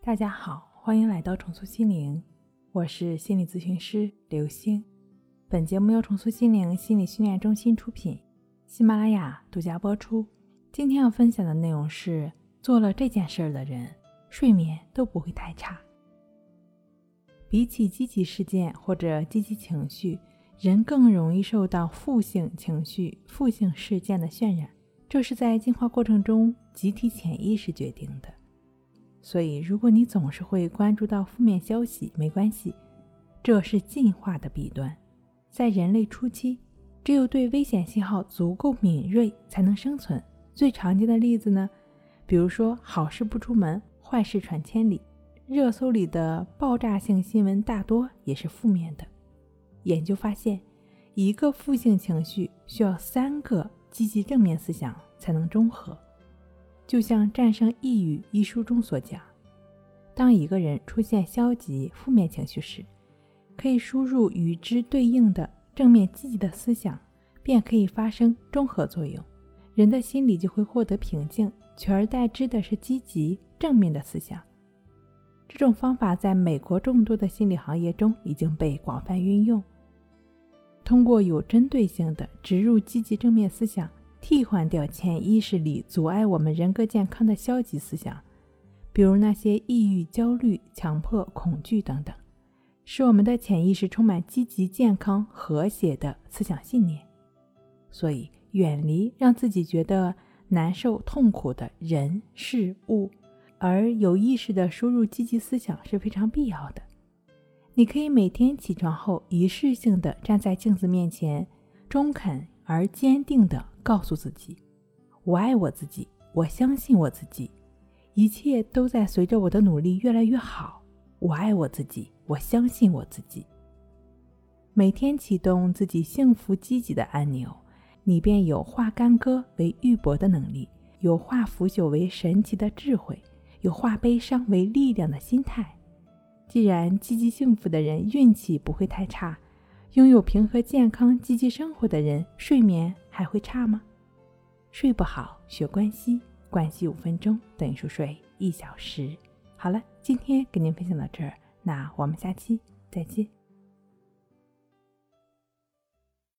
大家好，欢迎来到重塑心灵，我是心理咨询师刘星。本节目由重塑心灵心理训练中心出品，喜马拉雅独家播出。今天要分享的内容是，做了这件事的人，睡眠都不会太差。比起积极事件或者积极情绪，人更容易受到负性情绪、负性事件的渲染，这是在进化过程中集体潜意识决定的。所以如果你总是会关注到负面消息，没关系，这是进化的弊端。在人类初期，只有对危险信号足够敏锐才能生存。最常见的例子呢，比如说好事不出门，坏事传千里，热搜里的爆炸性新闻大多也是负面的。研究发现，一个负性情绪需要3个积极正面思想才能中和。就像《战胜抑郁》一书中所讲，当一个人出现消极负面情绪时，可以输入与之对应的正面积极的思想，便可以发生中和作用，人的心理就会获得平静，取而代之的是积极正面的思想。这种方法在美国众多的心理行业中已经被广泛运用。通过有针对性的植入积极正面思想，替换掉潜意识里阻碍我们人格健康的消极思想，比如那些抑郁、焦虑、强迫、恐惧等等，使我们的潜意识充满积极、健康、和谐的思想信念。所以，远离让自己觉得难受、痛苦的人、事物，而有意识地输入积极思想是非常必要的。你可以每天起床后仪式性地站在镜子面前，中肯而坚定地告诉自己，我爱我自己，我相信我自己，一切都在随着我的努力越来越好，我爱我自己，我相信我自己。每天启动自己幸福积极的按钮，你便有化干戈为玉帛的能力，有化腐朽为神奇的智慧，有化悲伤为力量的心态。既然积极幸福的人运气不会太差，拥有平和健康积极生活的人睡眠还会差吗？睡不好学关系，关系5分钟等于熟睡1小时。好了，今天跟您分享到这儿，那我们下期再见。